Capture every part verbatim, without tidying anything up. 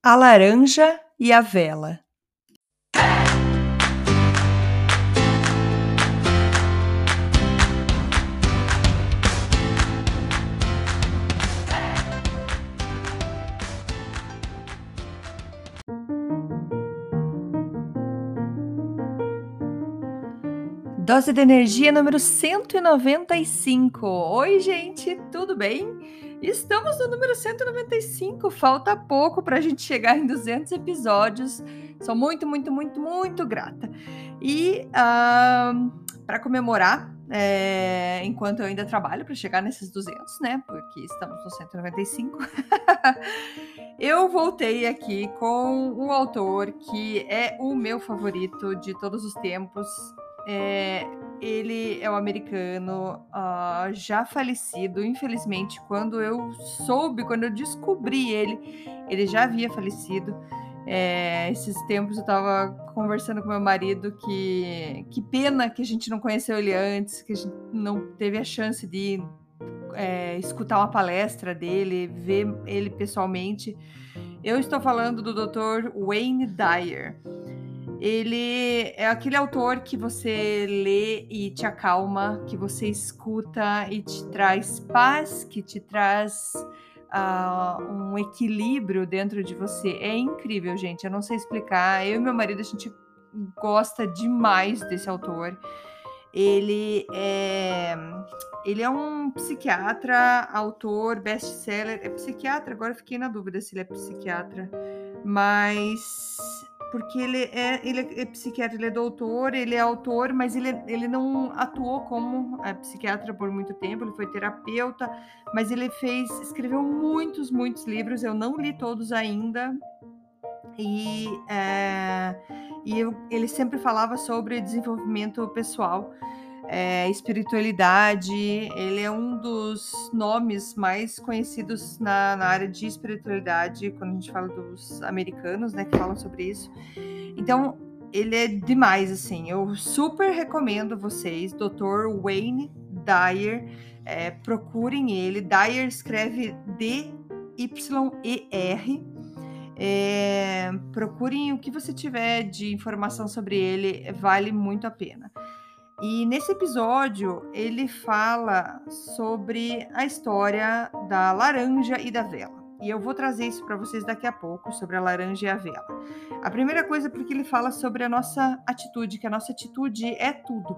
A laranja e a vela. Dose de energia número cento e noventa e cinco. Oi, gente, tudo bem? Estamos no número cento e noventa e cinco. Falta pouco para a gente chegar em duzentos episódios. Sou muito, muito, muito, muito grata. E para comemorar, é, enquanto eu ainda trabalho para chegar nesses duzentos, né? Porque estamos no cento e noventa e cinco. Eu voltei aqui com um autor que é o meu favorito de todos os tempos. É, ele é um americano uh, já falecido, infelizmente. Quando eu soube, quando eu descobri ele, ele já havia falecido. É, esses tempos eu estava conversando com meu marido que que pena que a gente não conheceu ele antes, que a gente não teve a chance de é, escutar uma palestra dele, ver ele pessoalmente. Eu estou falando do doutor Wayne Dyer. Ele é aquele autor que você lê e te acalma, que você escuta e te traz paz, que te traz uh, um equilíbrio dentro de você. É incrível, gente. Eu não sei explicar. Eu e meu marido, a gente gosta demais desse autor. Ele é, ele é um psiquiatra, autor, best-seller. É psiquiatra? Agora eu fiquei na dúvida se ele é psiquiatra. Mas... porque ele é, ele é psiquiatra, ele é doutor, ele é autor, mas ele, ele não atuou como é, psiquiatra por muito tempo, ele foi terapeuta, mas ele fez, escreveu muitos, muitos livros, eu não li todos ainda, e, é, e eu, ele sempre falava sobre desenvolvimento pessoal, é, espiritualidade. Ele é um dos nomes mais conhecidos na, na área de espiritualidade, quando a gente fala dos americanos, né, que falam sobre isso. Então, ele é demais, assim. Eu super recomendo vocês, doutor Wayne Dyer, é, procurem ele. Dyer escreve D Y E R. É, procurem o que você tiver de informação sobre ele, vale muito a pena. E nesse episódio, ele fala sobre a história da laranja e da vela. E eu vou trazer isso para vocês daqui a pouco, sobre a laranja e a vela. A primeira coisa é porque ele fala sobre a nossa atitude, que a nossa atitude é tudo.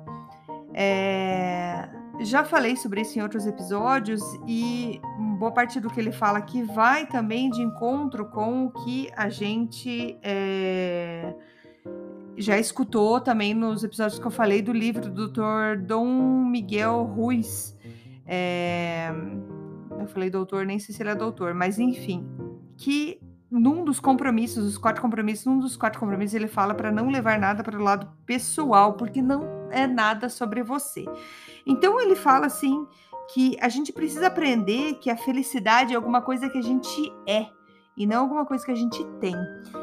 É... Já falei sobre isso em outros episódios e boa parte do que ele fala aqui vai também de encontro com o que a gente... É... já escutou também nos episódios que eu falei do livro do doutor Dom Miguel Ruiz. É... Eu falei doutor, nem sei se ele é doutor, mas enfim, que num dos compromissos, os quatro compromissos, num dos quatro compromissos ele fala para não levar nada para o lado pessoal, porque não é nada sobre você. Então ele fala assim que a gente precisa aprender que a felicidade é alguma coisa que a gente é e não alguma coisa que a gente tem.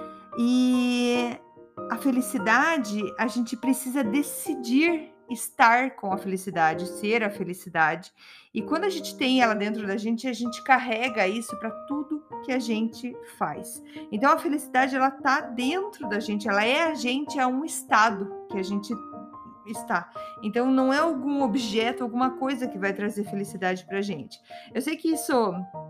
E a felicidade, a gente precisa decidir estar com a felicidade, ser a felicidade. E quando a gente tem ela dentro da gente, a gente carrega isso para tudo que a gente faz. Então a felicidade, ela tá dentro da gente, ela é a gente, é um estado que a gente está. Então não é algum objeto, alguma coisa que vai trazer felicidade pra gente. Eu sei que isso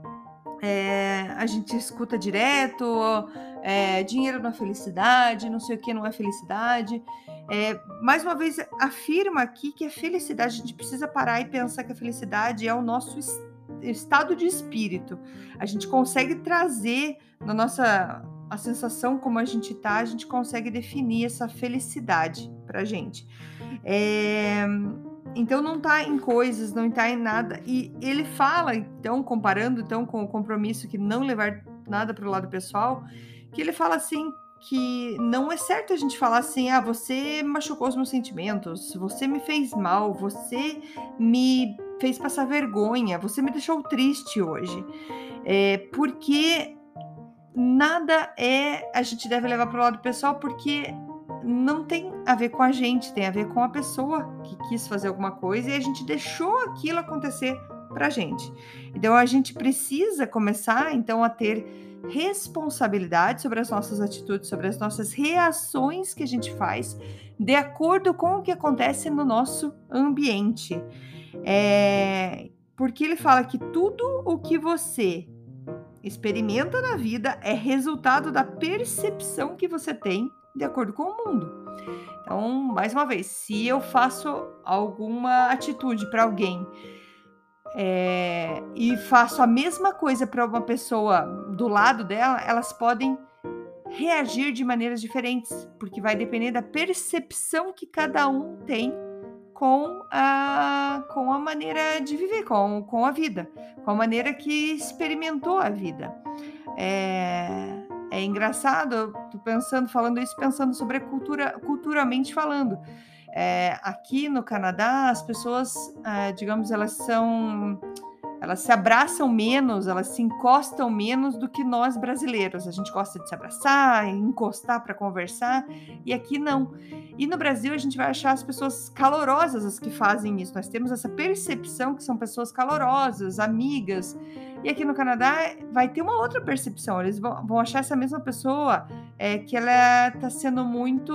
é, a gente escuta direto, é, dinheiro não é felicidade, não sei o que não é felicidade. É, mais uma vez, afirma aqui que a felicidade, a gente precisa parar e pensar que a felicidade é o nosso est- estado de espírito. A gente consegue trazer na nossa a sensação como a gente tá, a gente consegue definir essa felicidade pra gente. É, então não está em coisas, não está em nada. E ele fala, então, comparando então com o compromisso que não levar nada para o lado pessoal, que ele fala assim que não é certo a gente falar assim, ah, você machucou os meus sentimentos, você me fez mal, você me fez passar vergonha, você me deixou triste hoje. É, porque nada é a gente deve levar para o lado pessoal, porque não tem a ver com a gente, tem a ver com a pessoa que quis fazer alguma coisa e a gente deixou aquilo acontecer pra gente. Então a gente precisa começar então a ter responsabilidade sobre as nossas atitudes, sobre as nossas reações que a gente faz, de acordo com o que acontece no nosso ambiente. É, porque ele fala que tudo o que você experimenta na vida é resultado da percepção que você tem de acordo com o mundo. Então, mais uma vez, se eu faço alguma atitude para alguém é, e faço a mesma coisa para uma pessoa do lado dela, elas podem reagir de maneiras diferentes, porque vai depender da percepção que cada um tem com a, com a maneira de viver, com, com a vida, com a maneira que experimentou a vida. É, é engraçado, eu tô pensando, falando isso, pensando sobre a cultura, culturalmente falando. É, aqui no Canadá, as pessoas, é, digamos, elas são, elas se abraçam menos, elas se encostam menos do que nós brasileiros. A gente gosta de se abraçar, encostar para conversar, e aqui não. E no Brasil a gente vai achar as pessoas calorosas as que fazem isso. Nós temos essa percepção que são pessoas calorosas, amigas. E aqui no Canadá vai ter uma outra percepção. Eles vão, vão achar essa mesma pessoa é, que ela está sendo muito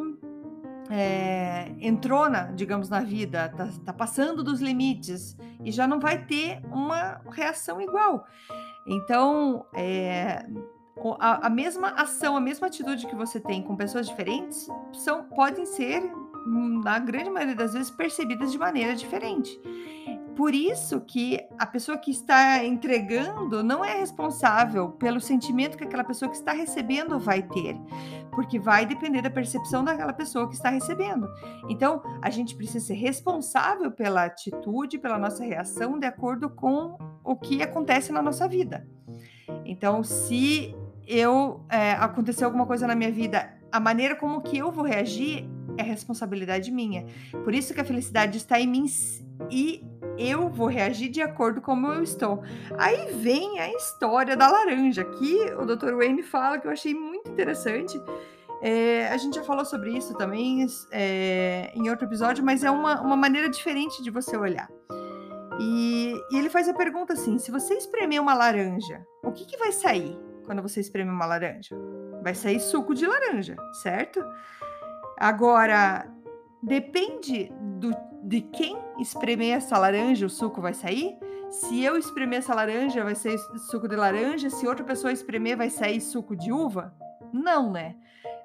é, entrona, digamos, na vida, tá, tá passando dos limites e já não vai ter uma reação igual. Então, é, a, a mesma ação, a mesma atitude que você tem com pessoas diferentes são, podem ser, na grande maioria das vezes, percebidas de maneira diferente. Por isso que a pessoa que está entregando não é responsável pelo sentimento que aquela pessoa que está recebendo vai ter, porque vai depender da percepção daquela pessoa que está recebendo. Então, a gente precisa ser responsável pela atitude, pela nossa reação, de acordo com o que acontece na nossa vida. Então, se eu é, acontecer alguma coisa na minha vida, a maneira como que eu vou reagir é responsabilidade minha. Por isso que a felicidade está em mim e eu vou reagir de acordo com como eu estou. Aí vem a história da laranja, que o doutor Wayne fala, que eu achei muito interessante. É, a gente já falou sobre isso também é, em outro episódio, mas é uma, uma maneira diferente de você olhar. E, e ele faz a pergunta assim: se você espremer uma laranja, o que, que vai sair quando você espreme uma laranja? Vai sair suco de laranja, certo? Agora, depende do, de quem espremer essa laranja, o suco vai sair? Se eu espremer essa laranja, vai sair suco de laranja. Se outra pessoa espremer, vai sair suco de uva? Não, né?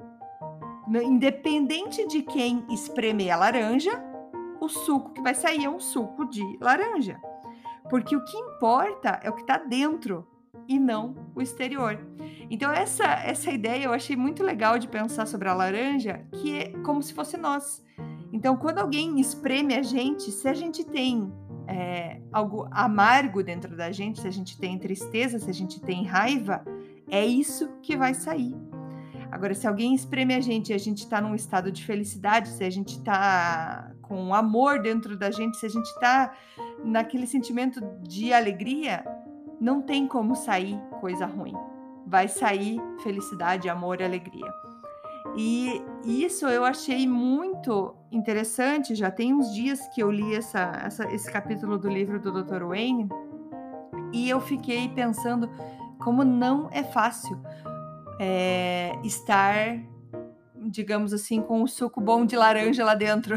Independente de quem espremer a laranja, o suco que vai sair é um suco de laranja. Porque o que importa é o que está dentro e não o exterior. Então essa, essa ideia eu achei muito legal de pensar sobre a laranja, que é como se fosse nós. Então quando alguém espreme a gente, se a gente tem é, algo amargo dentro da gente, se a gente tem tristeza, se a gente tem raiva, é isso que vai sair. Agora, se alguém espreme a gente e a gente está num estado de felicidade, se a gente está com amor dentro da gente, se a gente está naquele sentimento de alegria, não tem como sair coisa ruim. Vai sair felicidade, amor e alegria. E isso eu achei muito interessante. Já tem uns dias que eu li essa, essa, esse capítulo do livro do doutor Wayne e eu fiquei pensando como não é fácil é, estar, digamos assim, com o suco bom de laranja lá dentro.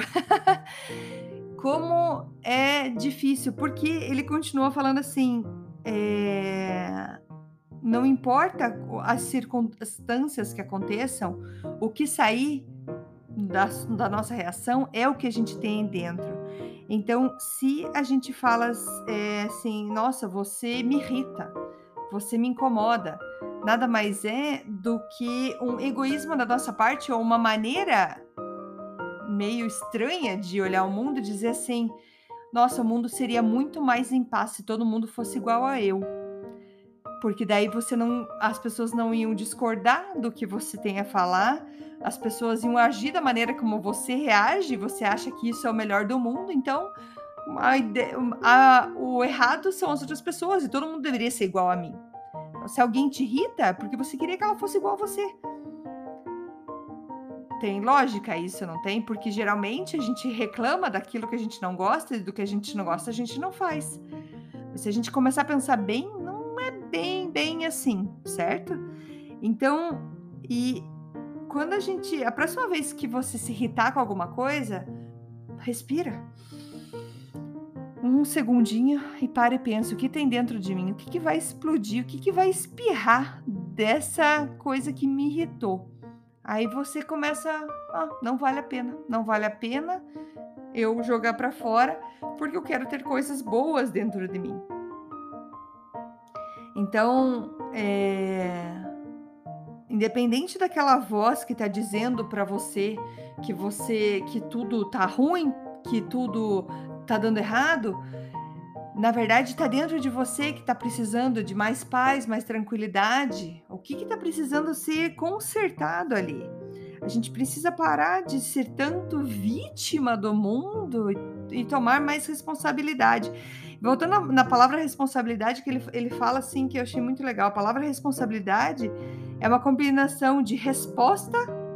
Como é difícil, porque ele continua falando assim, é, não importa as circunstâncias que aconteçam, o que sair da, da nossa reação é o que a gente tem dentro. Então, se a gente fala é, assim, nossa, você me irrita, você me incomoda, nada mais é do que um egoísmo da nossa parte ou uma maneira meio estranha de olhar o mundo e dizer assim, nossa, o mundo seria muito mais em paz se todo mundo fosse igual a eu. Porque daí você não, as pessoas não iam discordar do que você tem a falar, as pessoas iam agir da maneira como você reage, você acha que isso é o melhor do mundo, então a ide- a- o errado são as outras pessoas e todo mundo deveria ser igual a mim. Então, se alguém te irrita, é porque você queria que ela fosse igual a você. Tem lógica isso, não tem? Porque geralmente a gente reclama daquilo que a gente não gosta e do que a gente não gosta a gente não faz. Mas se a gente começar a pensar bem, não é bem, bem assim, certo? Então, e quando a gente, a próxima vez que você se irritar com alguma coisa, respira um segundinho e para e pensa, o que tem dentro de mim? O que que vai explodir? O que que vai espirrar dessa coisa que me irritou? Aí você começa, ah, não vale a pena, não vale a pena eu jogar para fora, porque eu quero ter coisas boas dentro de mim. Então, eh, independente daquela voz que tá dizendo para você que você que tudo tá ruim, que tudo tá dando errado, na verdade tá dentro de você que tá precisando de mais paz, mais tranquilidade. O que que tá precisando ser consertado ali? A gente precisa parar de ser tanto vítima do mundo e e tomar mais responsabilidade. Voltando na na palavra responsabilidade, que ele ele fala assim, que eu achei muito legal, a palavra responsabilidade é uma combinação de resposta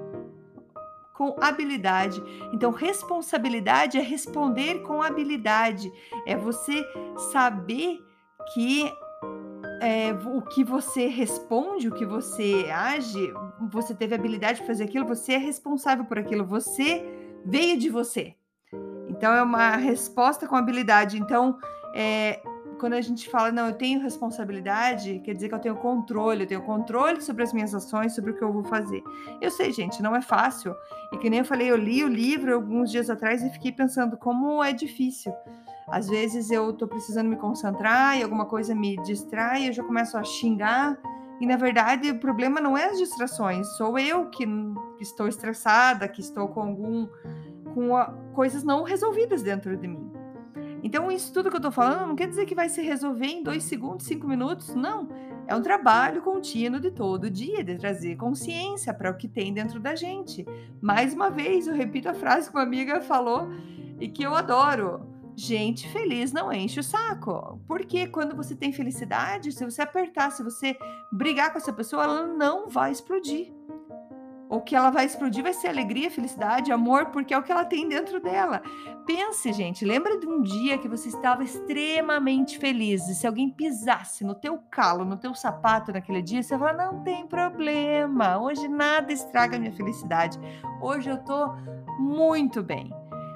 com habilidade. Então, responsabilidade é responder com habilidade, é você saber que é, o que você responde, o que você age, você teve habilidade para fazer aquilo, você é responsável por aquilo, você veio de você. Então é uma resposta com habilidade. Então, eh, quando a gente fala: "Não, eu tenho responsabilidade", quer dizer que eu tenho controle, eu tenho controle sobre as minhas ações, sobre o que eu vou fazer. Eu sei, gente, não é fácil, e que nem eu falei, eu li o livro alguns dias atrás e fiquei pensando como é difícil. Às vezes eu tô precisando me concentrar e alguma coisa me distrai e eu já começo a xingar, e na verdade o problema não é as distrações, sou eu que n que estou estressada, que estou com algum com a coisas não resolvidas dentro de mim. Então isso tudo que eu tô falando não quer dizer que vai se resolver em dois segundos, cinco minutos, não. É um trabalho contínuo de todo dia, de trazer consciência para o que tem dentro da gente. Mais uma vez, eu repito a frase que uma amiga falou e que eu adoro: "Gente feliz não enche o saco", porque quando você tem felicidade, se você apertar, se você brigar com essa pessoa, ela não vai explodir. O que ela vai explodir vai ser alegria, felicidade, amor, porque é o que ela tem dentro dela. Pense, gente, lembra de um dia que você estava extremamente feliz e se alguém pisasse no teu calo, no teu sapato naquele dia, você fala: "Não tem problema, hoje nada estraga a minha felicidade. Hoje eu tô muito bem".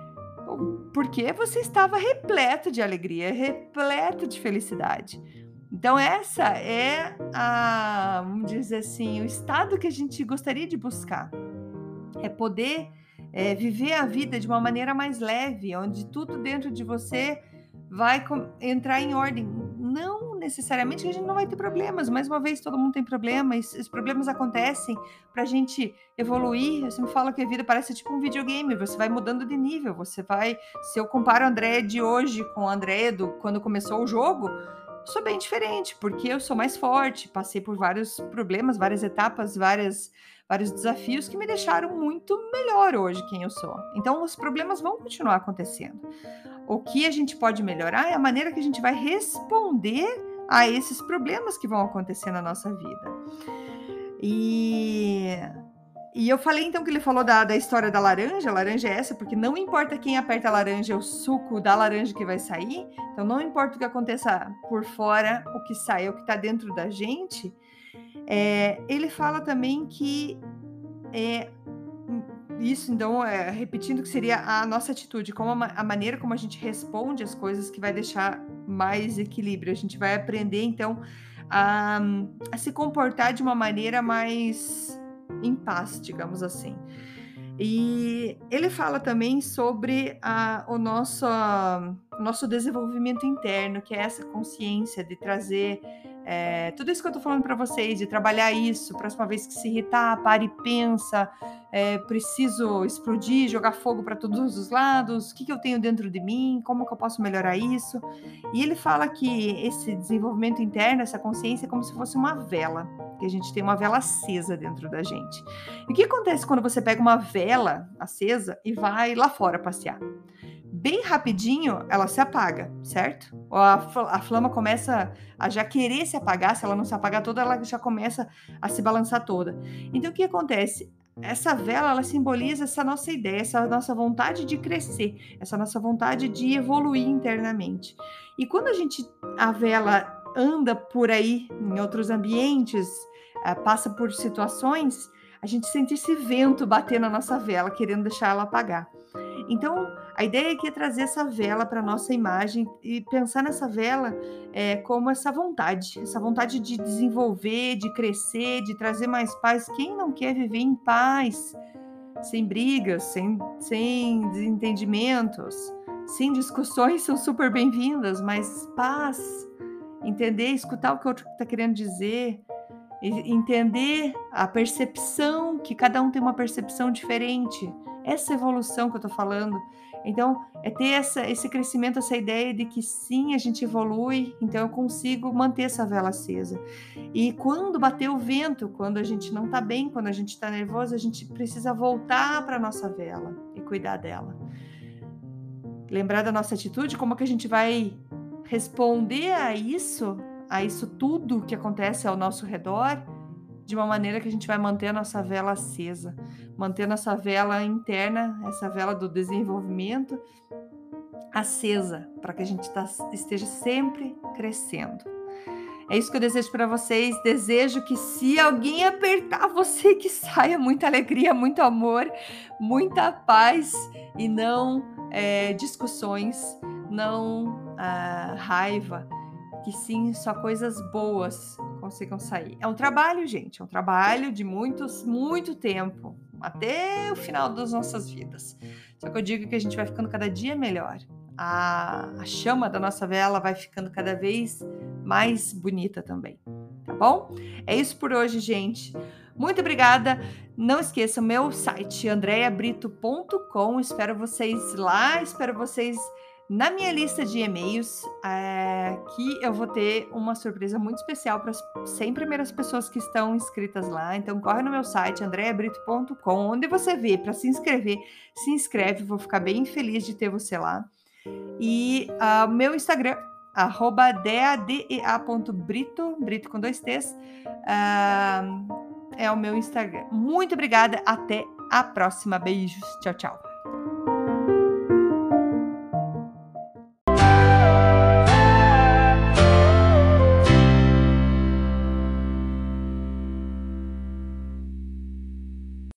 Porque você estava repleto de alegria, repleto de felicidade. Então essa é a, vamos dizer assim, o estado que a gente gostaria de buscar. É poder, eh, viver a vida de uma maneira mais leve, onde tudo dentro de você vai com entrar em ordem. Não necessariamente que a gente não vai ter problemas, mais uma vez todo mundo tem problemas, esses problemas acontecem para a gente evoluir. Eu sempre falo que a vida parece tipo um videogame, você vai mudando de nível, você vai se eu comparo a Andréia de hoje com a Andréia do quando começou o jogo, sou bem diferente, porque eu sou mais forte, passei por vários problemas, várias etapas, várias vários desafios que me deixaram muito melhor hoje quem eu sou. Então os problemas vão continuar acontecendo. O que a gente pode melhorar é a maneira que a gente vai responder a esses problemas que vão acontecer na nossa vida. E e eu falei então que ele falou da da história da laranja, a laranja é essa, porque não importa quem aperta a laranja, é o suco da laranja que vai sair, então não importa o que aconteça por fora, o que sai é o que está dentro da gente. Eh, ele fala também que, eh, hum, isso então, eh, repetindo que seria a nossa atitude, como a ma a maneira como a gente responde as coisas que vai deixar mais equilíbrio. A gente vai aprender então a a se comportar de uma maneira mais em paz, digamos assim. E ele fala também sobre a o nosso o nosso desenvolvimento interno, que é essa consciência de trazer, eh, tudo isso que eu tô falando para vocês, de trabalhar isso, próxima vez que se irritar, para e pensa, eh, preciso explodir, jogar fogo para todos os lados, o que que eu tenho dentro de mim, como que eu posso melhorar isso? E ele fala que esse desenvolvimento interno, essa consciência é como se fosse uma vela, que a gente tem uma vela acesa dentro da gente. E o que acontece quando você pega uma vela acesa e vai lá fora passear? Bem rapidinho ela se apaga, certo? Ou a fla a flama começa a já querer se apagar, se ela não se apagar toda, ela já começa a se balançar toda. Então o que acontece? Essa vela, ela simboliza essa nossa ideia, essa nossa vontade de crescer, essa nossa vontade de evoluir internamente. E quando a gente a vela anda por aí em outros ambientes, uh, passa por situações, a gente sente esse vento bater na nossa vela, querendo deixar ela apagar. Então, a ideia aqui é trazer essa vela para nossa imagem e pensar nessa vela é, como essa vontade, essa vontade de desenvolver, de crescer, de trazer mais paz. Quem não quer viver em paz, sem brigas, sem, sem desentendimentos, sem discussões são super bem-vindas, mas paz, entender, escutar o que o outro está querendo dizer, entender a percepção, que cada um tem uma percepção diferente, essa evolução que eu tô falando. Então, é ter essa, esse crescimento, essa ideia de que sim, a gente evolui, então eu consigo manter essa vela acesa. E quando bater o vento, quando a gente não tá bem, quando a gente tá nervoso, a gente precisa voltar para nossa vela e cuidar dela. Lembrar da nossa atitude, como que a gente vai responder a isso, a isso tudo que acontece ao nosso redor, de uma maneira que a gente vai manter a nossa vela acesa, manter a nossa vela interna, essa vela do desenvolvimento acesa, para que a gente tá, esteja sempre crescendo. É isso que eu desejo para vocês. Desejo que, se alguém apertar você, que saia muita alegria, muito amor, muita paz e não é, discussões, não ah, raiva, que sim, só coisas boas consigam sair. É um trabalho, gente, é um trabalho de muitos, muito tempo, até o final das nossas vidas. Só que eu digo que a gente vai ficando cada dia melhor. A, a chama da nossa vela vai ficando cada vez mais bonita também, tá bom? É isso por hoje, gente. Muito obrigada. Não esqueça o meu site, andrea brito ponto com. Espero vocês lá, espero vocês na minha lista de e-mails, é, que eu vou ter uma surpresa muito especial para as cem primeiras pessoas que estão inscritas lá. Então, corre no meu site, andrea brito ponto com, onde você vê para se inscrever. Se inscreve, vou ficar bem feliz de ter você lá. E o uh, meu Instagram, arroba dea.brito, brito com dois T's, uh, é o meu Instagram. Muito obrigada, até a próxima. Beijos, tchau, tchau.